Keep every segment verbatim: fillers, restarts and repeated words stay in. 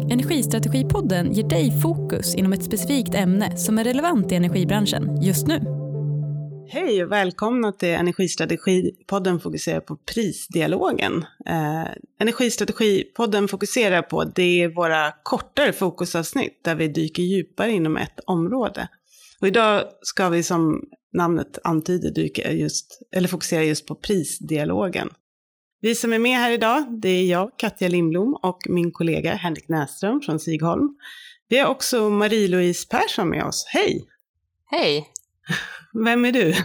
Energistrategipodden ger dig fokus inom ett specifikt ämne som är relevant i energibranschen just nu. Hej och välkomna till Energistrategipodden fokuserar på prisdialogen. Eh, Energistrategipodden fokuserar på det är våra kortare fokusavsnitt där vi dyker djupare inom ett område. Och idag ska vi som namnet antyder dyka just, eller fokusera just på prisdialogen. Vi som är med här idag, det är jag, Katja Lindblom, och min kollega Henrik Näström från Sigholm. Vi har också Marie-Louise Persson med oss. Hej! Hej! Vem är du?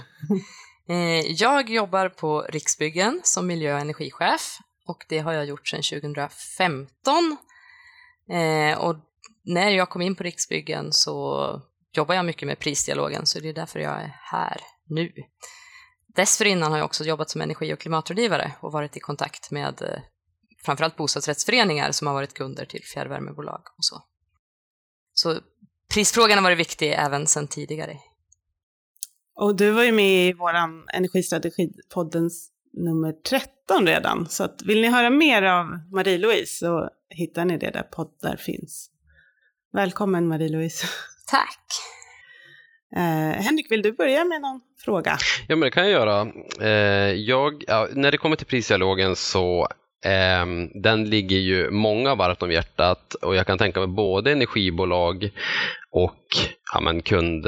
Jag jobbar på Riksbyggen som miljö- och energichef, och det har jag gjort sedan tjugo femton. Och när jag kom in på Riksbyggen så jobbar jag mycket med prisdialogen, så det är därför jag är här nu. Dessförinnan har jag också jobbat som energi- och klimatrådgivare och varit i kontakt med framförallt bostadsrättsföreningar som har varit kunder till fjärrvärmebolag och så. Så prisfrågan har varit viktig även sedan tidigare. Och du var ju med i våran Energistrategipoddens nummer tretton redan. Så att vill ni höra mer av Marie-Louise så hittar ni det där poddar finns. Välkommen Marie-Louise. Tack. Eh, Henrik, vill du börja med någon fråga? Ja, men det kan jag göra. Eh, jag, ja, när det kommer till prisdialogen så eh, den ligger ju många varmt om hjärtat, och jag kan tänka mig både energibolag och ja, men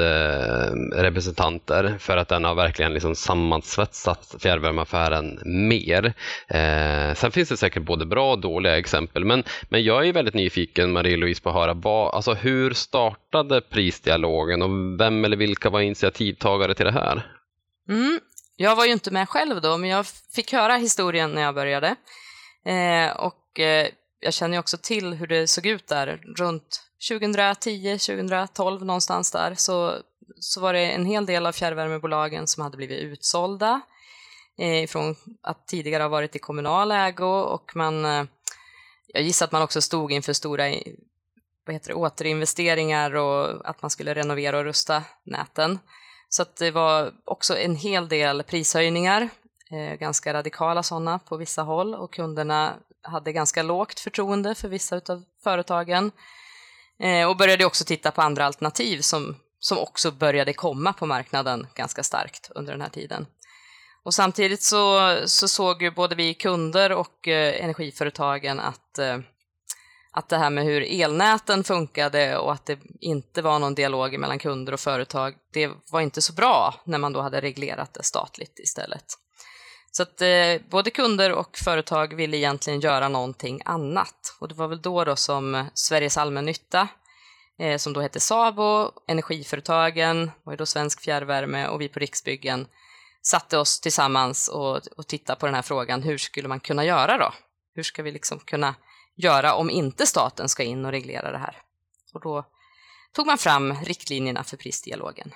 kundrepresentanter, för att den har verkligen liksom sammansvetsat fjärrvärmeaffären mer. Eh, sen finns det säkert både bra och dåliga exempel, men, men jag är väldigt nyfiken, Marie-Louise, på att höra vad, alltså, hur startade prisdialogen och vem eller vilka var initiativtagare till det här? Mm, jag var ju inte med själv då, men jag fick höra historien när jag började. Eh, och eh, jag känner ju också till hur det såg ut där runt tjugohundratio tjugotolv någonstans där, så, så var det en hel del av fjärrvärmebolagen som hade blivit utsålda eh, från att tidigare ha varit i kommunal ägo, och man, eh, jag gissar att man också stod inför stora vad heter det, återinvesteringar och att man skulle renovera och rusta näten. Så att det var också en hel del prishöjningar, eh, ganska radikala sådana på vissa håll, och kunderna hade ganska lågt förtroende för vissa av företagen. Och började också titta på andra alternativ som, som också började komma på marknaden ganska starkt under den här tiden. Och samtidigt så, så såg ju både vi kunder och eh, energiföretagen att, eh, att det här med hur elnäten funkade och att det inte var någon dialog mellan kunder och företag, det var inte så bra när man då hade reglerat det statligt istället. Så att eh, både kunder och företag ville egentligen göra någonting annat. Och det var väl då, då som Sveriges allmännytta, eh, som då hette SABO, energiföretagen, var ju då Svensk Fjärrvärme, och vi på Riksbyggen satte oss tillsammans och, och tittade på den här frågan. Hur skulle man kunna göra då? Hur ska vi liksom kunna göra om inte staten ska in och reglera det här? Och då tog man fram riktlinjerna för prisdialogen.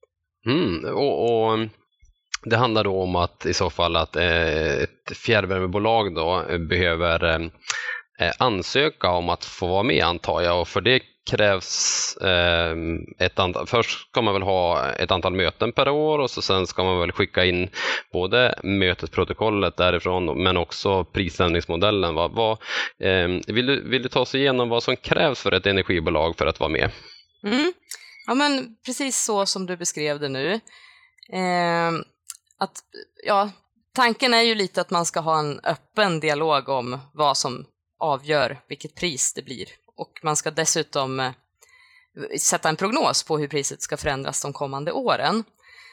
Mm, och... och... Det handlar då om att i så fall att ett fjärrvärmebolag då behöver ansöka om att få vara med, antar jag, och för det krävs ett antal, först ska man väl ha ett antal möten per år, och så sen ska man väl skicka in både mötesprotokollet därifrån men också prissättningsmodellen. Vad, vad, vill, du, vill du ta oss igenom vad som krävs för ett energibolag för att vara med? Mm. Ja, men precis så som du beskrev det nu. Eh, att, ja, tanken är ju lite att man ska ha en öppen dialog om vad som avgör vilket pris det blir, och man ska dessutom eh, sätta en prognos på hur priset ska förändras de kommande åren.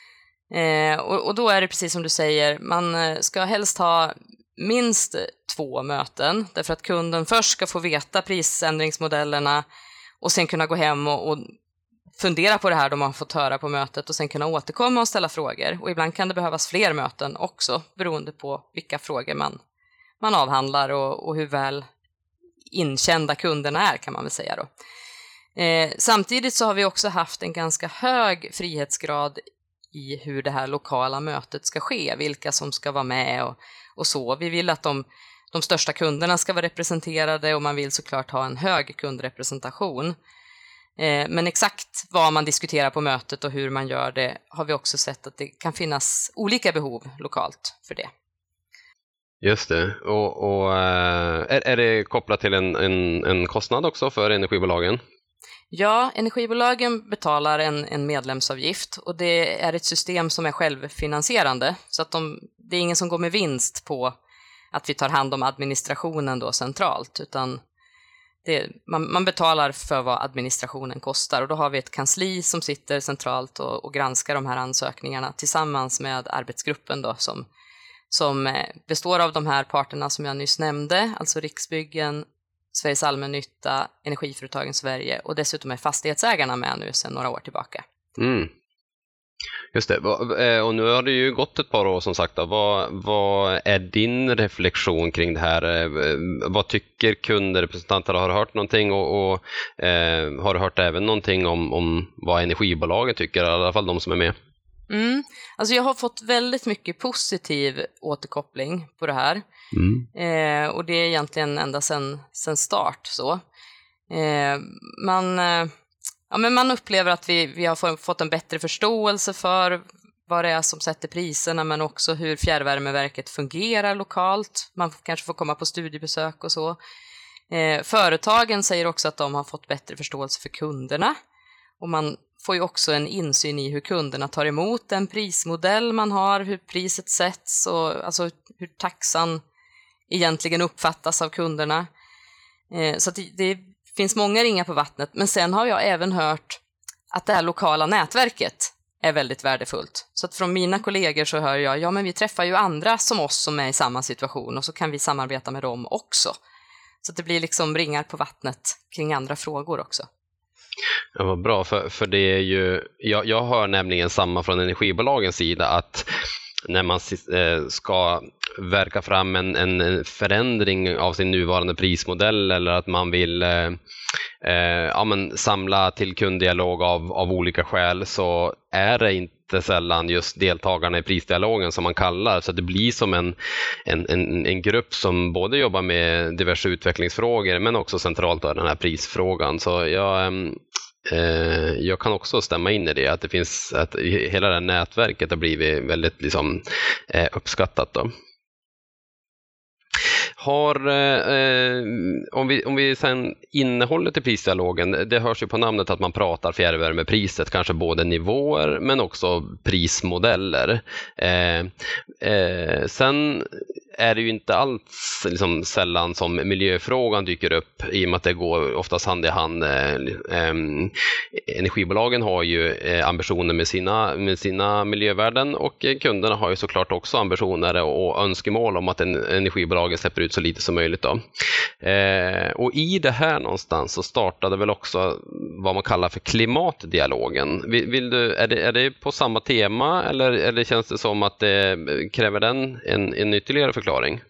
Eh, och, och då är det precis som du säger, man ska helst ha minst två möten, därför att kunden först ska få veta prisändringsmodellerna och sen kunna gå hem och, och fundera på det här de har fått höra på mötet, och sen kunna återkomma och ställa frågor. Och ibland kan det behövas fler möten också, beroende på vilka frågor man, man avhandlar och, och hur väl inkända kunderna är, kan man väl säga då. Eh, samtidigt så har vi också haft en ganska hög frihetsgrad i hur det här lokala mötet ska ske, vilka som ska vara med och, och så. Vi vill att de, de största kunderna ska vara representerade, och man vill såklart ha en hög kundrepresentation. Men exakt vad man diskuterar på mötet och hur man gör det har vi också sett att det kan finnas olika behov lokalt för det. Just det. Och, och är, är det kopplat till en, en, en kostnad också för energibolagen? Ja, energibolagen betalar en, en medlemsavgift och det är ett system som är självfinansierande. Så att de, det är ingen som går med vinst på att vi tar hand om administrationen då centralt, utan det, man, man betalar för vad administrationen kostar, och då har vi ett kansli som sitter centralt och, och granskar de här ansökningarna tillsammans med arbetsgruppen då, som, som består av de här parterna som jag nyss nämnde, alltså Riksbyggen, Sveriges allmännytta, Energiföretagen Sverige, och dessutom är fastighetsägarna med nu sedan några år tillbaka. Mm. Just det, och nu har det ju gått ett par år som sagt. Vad, vad är din reflektion kring det här? Vad tycker kunder, representanter, har du hört någonting och, och eh, har du hört även någonting om, om vad energibolaget tycker, i alla fall de som är med? Mm. Alltså jag har fått väldigt mycket positiv återkoppling på det här. Mm. Eh, och det är egentligen ända sedan, sedan start så. Eh, man... Eh, Ja, men man upplever att vi, vi har fått en bättre förståelse för vad det är som sätter priserna, men också hur fjärrvärmeverket fungerar lokalt. Man kanske får komma på studiebesök och så. Eh, företagen säger också att de har fått bättre förståelse för kunderna. Och man får ju också en insyn i hur kunderna tar emot den prismodell man har, hur priset sätts och alltså hur taxan egentligen uppfattas av kunderna. Eh, så att det, det Det finns många ringar på vattnet, men sen har jag även hört att det här lokala nätverket är väldigt värdefullt. Så att från mina kollegor så hör jag, ja men vi träffar ju andra som oss som är i samma situation och så kan vi samarbeta med dem också. Så att det blir liksom ringar på vattnet kring andra frågor också. Ja, vad bra, för, för det är ju, jag, jag hör nämligen samma från energibolagens sida, att när man ska verka fram en, en förändring av sin nuvarande prismodell, eller att man vill eh, ja, men samla till kunddialog av, av olika skäl, så är det inte sällan just deltagarna i prisdialogen som man kallar. Så det blir som en, en, en, en grupp som både jobbar med diverse utvecklingsfrågor men också centralt av den här prisfrågan. Så jag... Jag kan också stämma in i det, att det finns att hela det här nätverket har blivit väldigt liksom, uppskattat då. Har, eh, om, vi, om vi sen innehållet i prisdialogen, det hörs ju på namnet att man pratar fjärrvärmepriset, kanske både nivåer men också prismodeller. Eh, eh, sen är det ju inte alls liksom, sällan som miljöfrågan dyker upp, i och med att det går oftast hand i hand. Eh, eh, energibolagen har ju eh, ambitioner med sina, med sina miljövärden, och eh, kunderna har ju såklart också ambitioner och önskemål om att en, energibolagen släpper ut så lite som möjligt då. Eh, och i det här någonstans så startade väl också vad man kallar för klimatdialogen. Vill, vill du, är, det, är det på samma tema, eller, eller känns det som att det kräver den en, en ytterligare förklaring?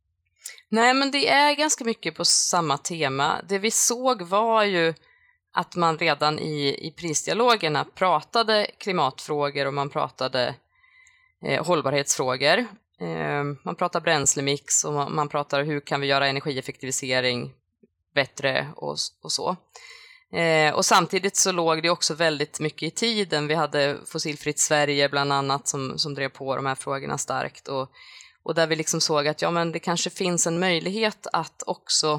Nej, men det är ganska mycket på samma tema. Det vi såg var ju att man redan i, i prisdialogerna pratade klimatfrågor och man pratade eh, hållbarhetsfrågor. Eh, man pratar bränslemix och man, man pratar hur kan vi göra energieffektivisering bättre och, och så. Eh, och samtidigt så låg det också väldigt mycket i tiden. Vi hade Fossilfritt Sverige bland annat som, som drev på de här frågorna starkt, och, och där vi liksom såg att ja, men det kanske finns en möjlighet att också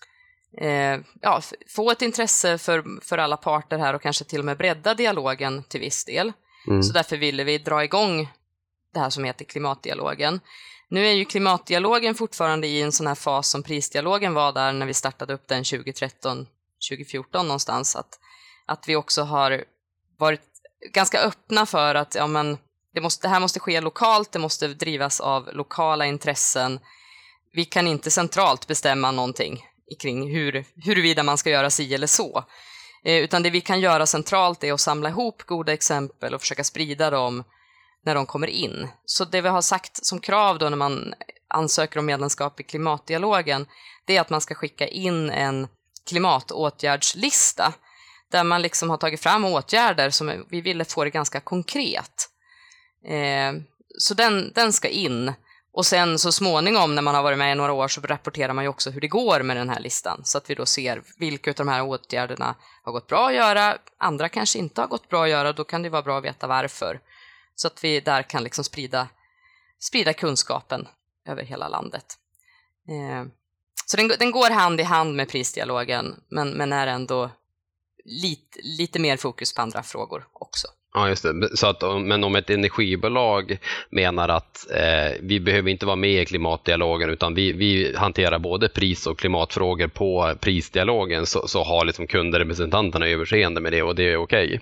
eh, ja, få ett intresse för, för alla parter här och kanske till och med bredda dialogen till viss del. Mm. Så därför ville vi dra igång det här som heter klimatdialogen. Nu är ju klimatdialogen fortfarande i en sån här fas som prisdialogen var där när vi startade upp den tjugo tretton tjugo fjorton någonstans, att, att vi också har varit ganska öppna för att ja, men det, måste, det här måste ske lokalt, det måste drivas av lokala intressen. Vi kan inte centralt bestämma någonting kring hur, huruvida man ska göra si eller så. Eh, utan det vi kan göra centralt är att samla ihop goda exempel och försöka sprida dem när de kommer in. Så det vi har sagt som krav då när man ansöker om medlemskap i klimatdialogen, det är att man ska skicka in en klimatåtgärdslista där man liksom har tagit fram åtgärder som vi ville få det ganska konkret. Eh, så den, den ska in, och sen så småningom när man har varit med i några år så rapporterar man ju också hur det går med den här listan, så att vi då ser vilka av de här åtgärderna har gått bra att göra, andra kanske inte har gått bra att göra, då kan det vara bra att veta varför, så att vi där kan liksom sprida, sprida kunskapen över hela landet. Eh, så den, den går hand i hand med prisdialogen, men, men är ändå lite, lite mer fokus på andra frågor också. Ja, just det. Så att, men om ett energibolag menar att eh, vi behöver inte vara med i klimatdialogen, utan vi, vi hanterar både pris- och klimatfrågor på prisdialogen, så, så har liksom kundrepresentanterna överseende med det, och det är okej.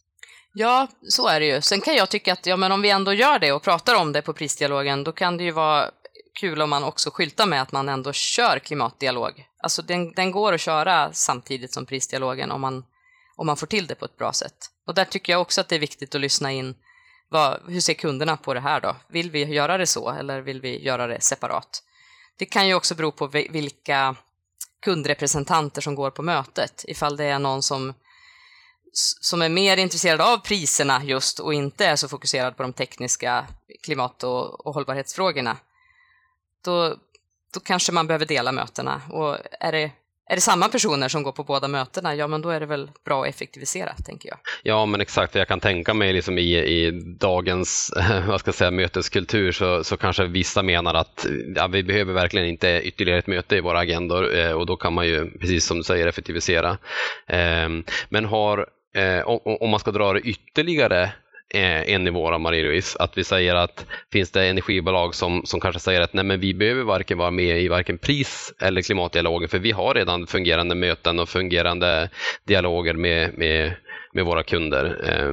Ja, så är det ju. Sen kan jag tycka att ja, men om vi ändå gör det och pratar om det på prisdialogen, då kan det ju vara kul om man också skyltar med att man ändå kör klimatdialog. Alltså den, den går att köra samtidigt som prisdialogen om man, om man får till det på ett bra sätt. Och där tycker jag också att det är viktigt att lyssna in, vad, hur ser kunderna på det här då? Vill vi göra det så eller vill vi göra det separat? Det kan ju också bero på vilka kundrepresentanter som går på mötet. Ifall det är någon som som är mer intresserad av priserna just och inte är så fokuserad på de tekniska klimat- och, och hållbarhetsfrågorna, då, då kanske man behöver dela mötena. Och är det, är det samma personer som går på båda mötena, ja men då är det väl bra att effektivisera, tänker jag. Ja, men exakt, för jag kan tänka mig liksom i, i dagens vad ska jag säga, möteskultur så, så kanske vissa menar att ja, vi behöver verkligen inte ytterligare ett möte i våra agendor, eh, och då kan man ju, precis som du säger, effektivisera. Eh, men har Eh, om man ska dra det ytterligare eh, en nivå av Marie-Louise, att vi säger att finns det energibolag som, som kanske säger att nej, men vi behöver varken vara med i varken pris- eller klimatdialoger, för vi har redan fungerande möten och fungerande dialoger med, med, med våra kunder. Eh.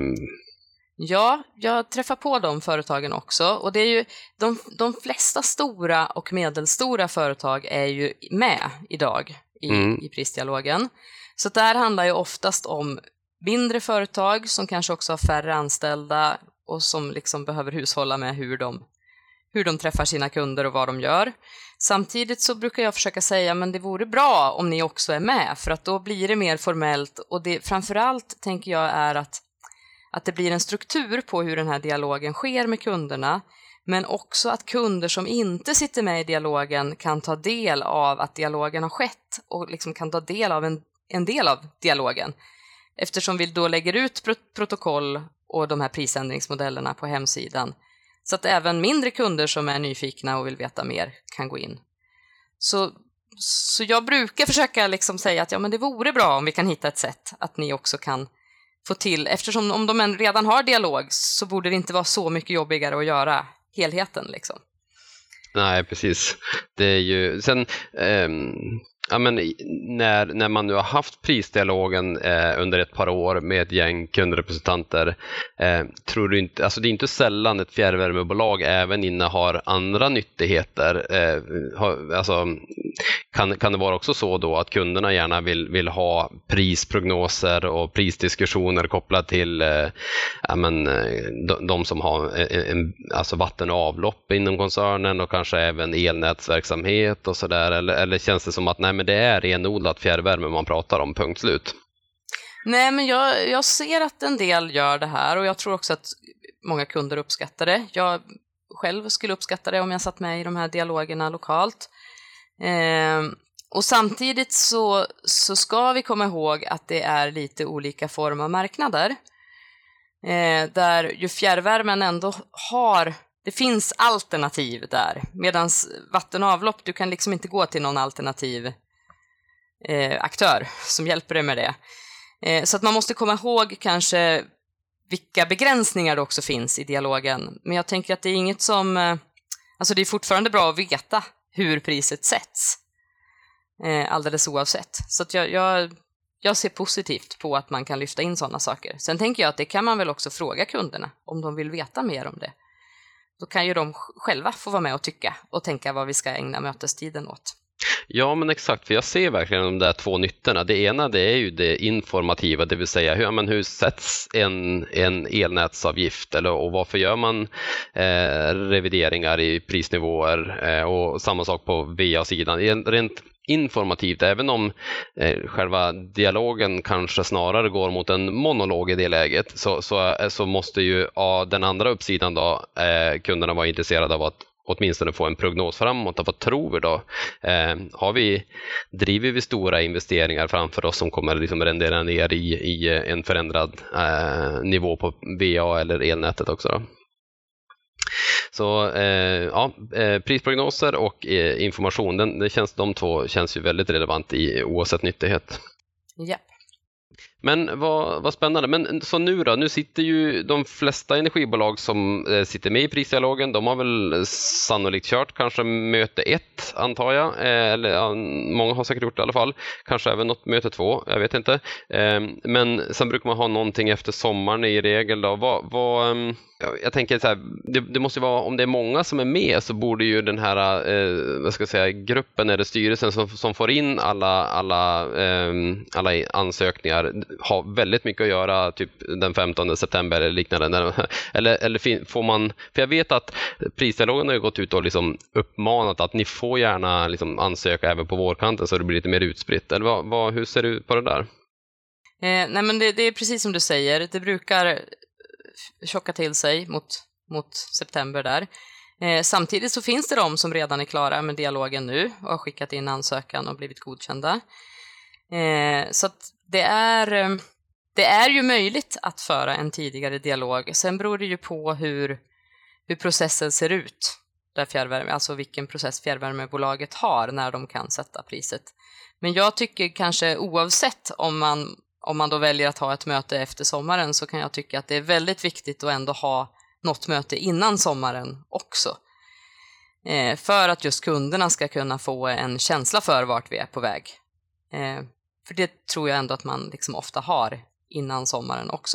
Ja, jag träffar på de företagen också, och det är ju de, de flesta stora och medelstora företag är ju med idag i, mm. i prisdialogen. Så där handlar ju oftast om mindre företag som kanske också har färre anställda och som liksom behöver hushålla med hur de, hur de träffar sina kunder och vad de gör. Samtidigt så brukar jag försöka säga, men det vore bra om ni också är med, för att då blir det mer formellt, och det framförallt tänker jag är att, att det blir en struktur på hur den här dialogen sker med kunderna, men också att kunder som inte sitter med i dialogen kan ta del av att dialogen har skett och liksom kan ta del av en, en del av dialogen. Eftersom vi då lägger ut protokoll och de här prisändringsmodellerna på hemsidan, så att även mindre kunder som är nyfikna och vill veta mer kan gå in. Så, så jag brukar försöka liksom säga att ja, men det vore bra om vi kan hitta ett sätt att ni också kan få till, eftersom om de redan har dialog så borde det inte vara så mycket jobbigare att göra helheten liksom. Nej, precis. Det är ju sen ehm... Ja, men när, när man nu har haft prisdialogen eh, under ett par år med ett gäng kundrepresentanter, eh, tror du inte, alltså det är inte sällan ett fjärrvärmebolag även innehar andra nyttigheter. Eh, har, alltså, kan, kan det vara också så då att kunderna gärna vill, vill ha prisprognoser och prisdiskussioner kopplat till eh, ja, men, de, de som har en, alltså vatten och avlopp inom koncernen och kanske även elnätsverksamhet och sådär, eller, eller känns det som att nej, men det är renodlat fjärrvärme man pratar om, punkt slut? Nej, men jag, jag ser att en del gör det här, och jag tror också att många kunder uppskattar det. Jag själv skulle uppskatta det om jag satt med i de här dialogerna lokalt. Eh, och samtidigt så, så ska vi komma ihåg att det är lite olika former av marknader. Eh, där ju fjärrvärmen ändå har, det finns alternativ där. Medan vatten och avlopp, du kan liksom inte gå till någon alternativ eh, aktör som hjälper dig med det. Eh, så att man måste komma ihåg kanske vilka begränsningar det också finns i dialogen. Men jag tänker att det är inget som, eh, alltså det är fortfarande bra att veta hur priset sätts. Eh, alldeles oavsett. Så att jag, jag, jag ser positivt på att man kan lyfta in sådana saker. Sen tänker jag att det kan man väl också fråga kunderna om de vill veta mer om det. Då kan ju de själva få vara med och tycka och tänka vad vi ska ägna mötestiden åt. Ja, men exakt, för jag ser verkligen de där två nyttorna. Det ena, det är ju det informativa, det vill säga hur, men hur sätts en, en elnätsavgift, eller, och varför gör man eh, revideringar i prisnivåer, eh, och samma sak på V A-sidan. Rent informativt, även om eh, själva dialogen kanske snarare går mot en monolog i det läget, så, så, så måste ju ja, den andra uppsidan då, eh, kunderna vara intresserade av att åtminstone få en prognos framåt. Vad tror vi då? Eh, har vi, driver vi stora investeringar framför oss som kommer liksom rendera ner i, i en förändrad eh, nivå på V A eller elnätet också då? Så eh, ja, eh, prisprognoser och eh, information, den, det känns, de två känns ju väldigt relevant i oavsett nyttighet. Ja. Men vad, vad spännande. Men så nu då, nu sitter ju de flesta energibolag som eh, sitter med i prisdialogen, de har väl sannolikt kört kanske möte ett, antar jag. Eh, eller ja, många har säkert gjort det i alla fall. Kanske även något möte två, jag vet inte. Eh, men sen brukar man ha någonting efter sommaren i regel då. Vad, vad, eh, jag tänker så här, det, det måste vara, om det är många som är med så borde ju den här eh, vad ska jag säga, gruppen eller styrelsen som, som får in alla, alla, eh, alla ansökningar ha väldigt mycket att göra typ den femtonde september eller liknande. Eller, eller får man, för jag vet att prisdialogen har ju gått ut och liksom uppmanat att ni får gärna liksom ansöka även på vårkanten så det blir lite mer utspritt. Eller vad, vad, hur ser det ut på det där? Eh, nej men det, det är precis som du säger, det brukar tjocka till sig mot, mot september där. Eh, samtidigt så finns det de som redan är klara med dialogen nu och har skickat in ansökan och blivit godkända. Eh, så att det är, det är ju möjligt att föra en tidigare dialog. Sen beror det ju på hur, hur processen ser ut. Där fjärrvärme, alltså vilken process fjärrvärmebolaget har när de kan sätta priset. Men jag tycker kanske oavsett om man, om man då väljer att ha ett möte efter sommaren så kan jag tycka att det är väldigt viktigt att ändå ha något möte innan sommaren också. Eh, för att just kunderna ska kunna få en känsla för vart vi är på väg. Eh, för det tror jag ändå att man liksom ofta har innan sommaren också.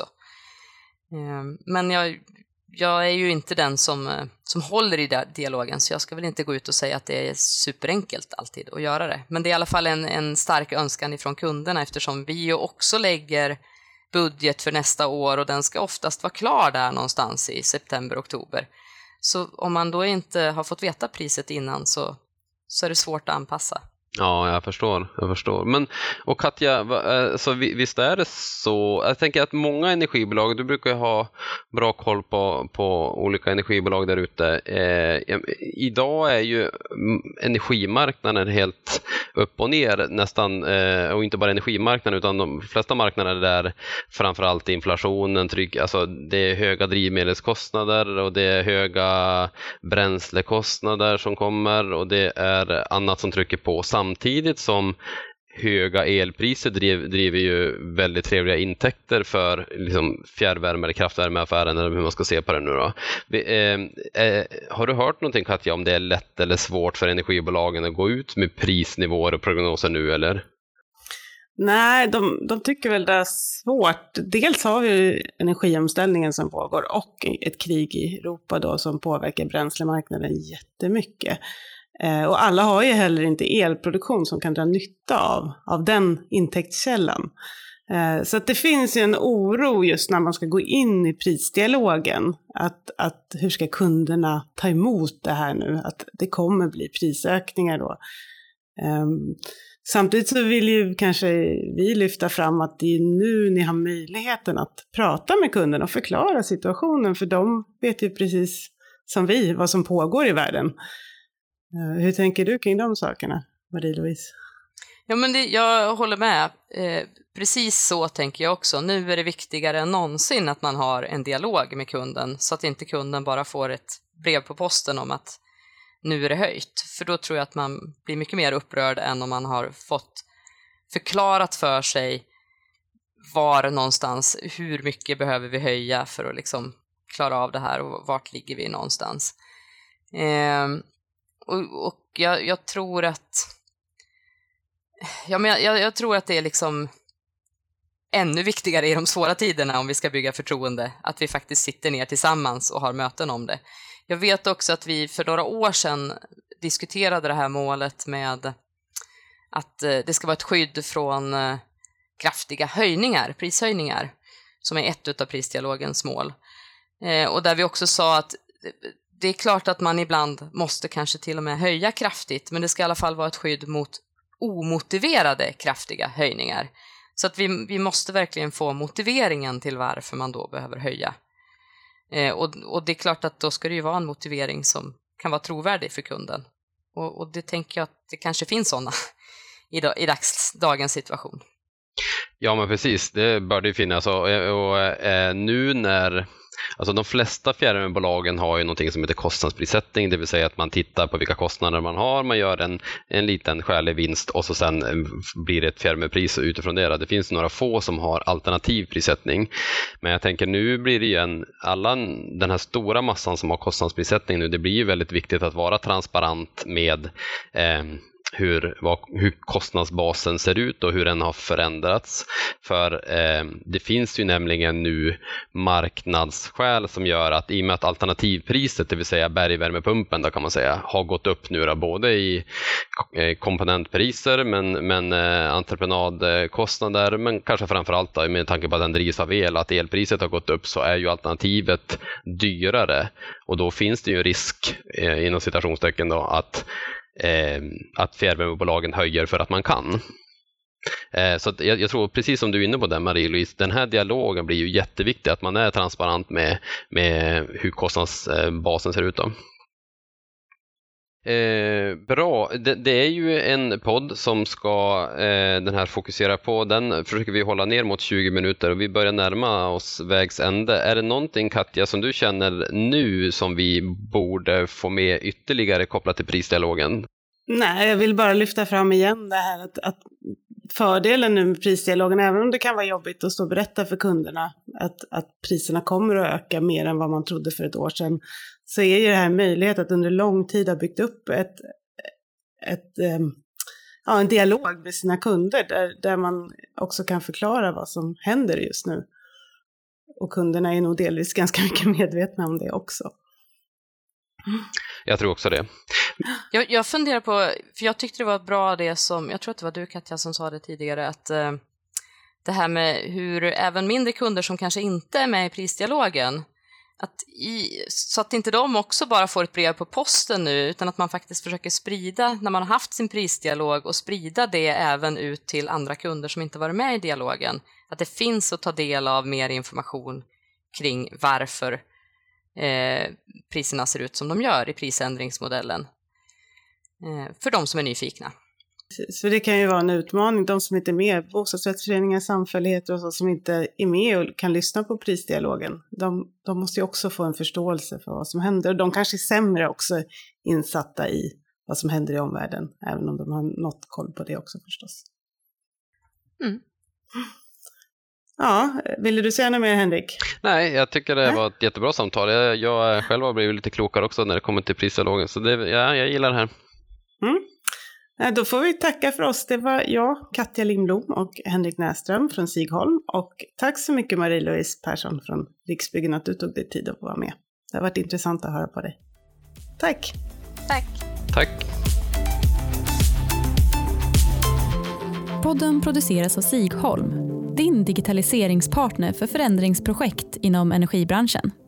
Eh, men jag, jag är ju inte den som, som håller i dialogen så jag ska väl inte gå ut och säga att det är superenkelt alltid att göra det. Men det är i alla fall en, en stark önskan ifrån kunderna eftersom vi ju också lägger budget för nästa år och den ska oftast vara klar där någonstans i september, oktober. Så om man då inte har fått veta priset innan så, så är det svårt att anpassa. Ja, jag förstår, jag förstår. Men, och Katja, så visst är det så, jag tänker att många energibolag, du brukar ju ha bra koll på, på olika energibolag där ute. Eh, idag är ju energimarknaden helt upp och ner nästan, eh, och inte bara energimarknaden utan de flesta marknader där framförallt inflationen, tryck, alltså det är höga drivmedelskostnader och det är höga bränslekostnader som kommer och det är annat som trycker på samtidigt som höga elpriser driv, driver ju väldigt trevliga intäkter för liksom, fjärrvärme eller kraftvärmeaffären eller hur man ska se på det nu då. Vi, eh, eh, har du hört någonting Katja om det är lätt eller svårt för energibolagen att gå ut med prisnivåer och prognoser nu eller? Nej, de, de tycker väl det är svårt. Dels har vi energiomställningen som pågår och ett krig i Europa då som påverkar bränslemarknaden jättemycket. Eh, och alla har ju heller inte elproduktion som kan dra nytta av, av den intäktskällan. Eh, så att det finns ju en oro just när man ska gå in i prisdialogen. Att, att hur ska kunderna ta emot det här nu? Att det kommer bli prisökningar då. Eh, samtidigt så vill ju kanske vi lyfta fram att det är nu ni har möjligheten att prata med kunderna och förklara situationen. För de vet ju precis som vi vad som pågår i världen. Hur tänker du kring de sakerna, Marie-Louise? Ja, men det, jag håller med. Eh, precis så tänker jag också. Nu är det viktigare än någonsin att man har en dialog med kunden så att inte kunden bara får ett brev på posten om att nu är det höjt. För då tror jag att man blir mycket mer upprörd än om man har fått förklarat för sig var någonstans, hur mycket behöver vi höja för att liksom klara av det här och vart ligger vi någonstans. Eh, Och, och jag, jag tror att ja, men jag, jag tror att det är liksom ännu viktigare i de svåra tiderna om vi ska bygga förtroende, att vi faktiskt sitter ner tillsammans och har möten om det. Jag vet också att vi för några år sedan diskuterade det här målet med att det ska vara ett skydd från kraftiga höjningar, prishöjningar, som är ett av prisdialogens mål. Och där vi också sa att det är klart att man ibland måste kanske till och med höja kraftigt, men det ska i alla fall vara ett skydd mot omotiverade kraftiga höjningar. Så att vi, vi måste verkligen få motiveringen till varför man då behöver höja. Eh, och, och det är klart att då ska det ju vara en motivering som kan vara trovärdig för kunden. Och, och det tänker jag att det kanske finns sådana i, i dags, dagens situation. Ja men precis, det bör det finnas och, och eh, nu när Alltså de flesta fjärrvärmebolagen har ju någonting som heter kostnadsprissättning, det vill säga att man tittar på vilka kostnader man har, man gör en, en liten skälig vinst och så sen blir det ett fjärrvärmepris utifrån det. Det finns några få som har alternativ prissättning. Men jag tänker nu blir det ju en, alla den här stora massan som har kostnadsprissättning nu, det blir ju väldigt viktigt att vara transparent med eh, Hur, vad, hur kostnadsbasen ser ut och hur den har förändrats. För eh, det finns ju nämligen nu marknadsskäl som gör att i och med att alternativpriset, det vill säga bergvärmepumpen då kan man säga, har gått upp nu då, både i eh, komponentpriser men, men eh, entreprenadkostnader, men kanske framförallt då, med tanke på att den drivs av el, att elpriset har gått upp, så är ju alternativet dyrare och då finns det ju en risk eh, inom citationstecken då att Eh, att fjärrvärmebolagen höjer för att man kan. Eh, så att jag, jag tror precis som du är inne på det, Marie-Louise, den här dialogen blir ju jätteviktig, att man är transparent med, med hur kostnadsbasen ser ut då. Eh, bra, det, det är ju en podd som ska eh, den här fokusera på, den försöker vi hålla ner mot tjugo minuter och vi börjar närma oss vägs ände. Är det någonting, Katja, som du känner nu som vi borde få med ytterligare kopplat till prisdialogen? Nej, jag vill bara lyfta fram igen det här att, att fördelen nu med prisdialogen, även om det kan vara jobbigt att stå och berätta för kunderna att, att priserna kommer att öka mer än vad man trodde för ett år sedan, så är ju det här en möjlighet att under lång tid ha byggt upp ett, ett, ja, en dialog med sina kunder där, där man också kan förklara vad som händer just nu. Och kunderna är nog delvis ganska mycket medvetna om det också. Jag tror också det. Jag, jag funderar på, för jag tyckte det var bra det som, jag tror att det var du, Katja, som sa det tidigare, att eh, det här med hur även mindre kunder som kanske inte är med i prisdialogen, att i, så att inte de också bara får ett brev på posten nu, utan att man faktiskt försöker sprida, när man har haft sin prisdialog, och sprida det även ut till andra kunder som inte varit med i dialogen. Att det finns att ta del av mer information kring varför eh, priserna ser ut som de gör i prisändringsmodellen. Eh, för de som är nyfikna. Så det kan ju vara en utmaning. De som inte är med, bostadsrättsföreningar, samfälligheter och så, som inte är med och kan lyssna på prisdialogen, de, de måste ju också få en förståelse för vad som händer. Och de kanske är sämre också insatta i vad som händer i omvärlden, även om de har något koll på det också förstås. Mm. Ja, ville du säga något mer, Henrik? Nej, jag tycker det Nej. var ett jättebra samtal. Jag, jag själv har blivit lite klokare också när det kommer till prisdialogen, så det, ja, jag gillar det här. Mm. Då får vi tacka för oss. Det var jag, Katja Lindblom och Henrik Näström från Sigholm. Och tack så mycket, Marie-Louise Persson från Riksbyggen, att du tog dig tid att vara med. Det har varit intressant att höra på dig. Tack! Tack! Tack! Podden produceras av Sigholm, din digitaliseringspartner för förändringsprojekt inom energibranschen.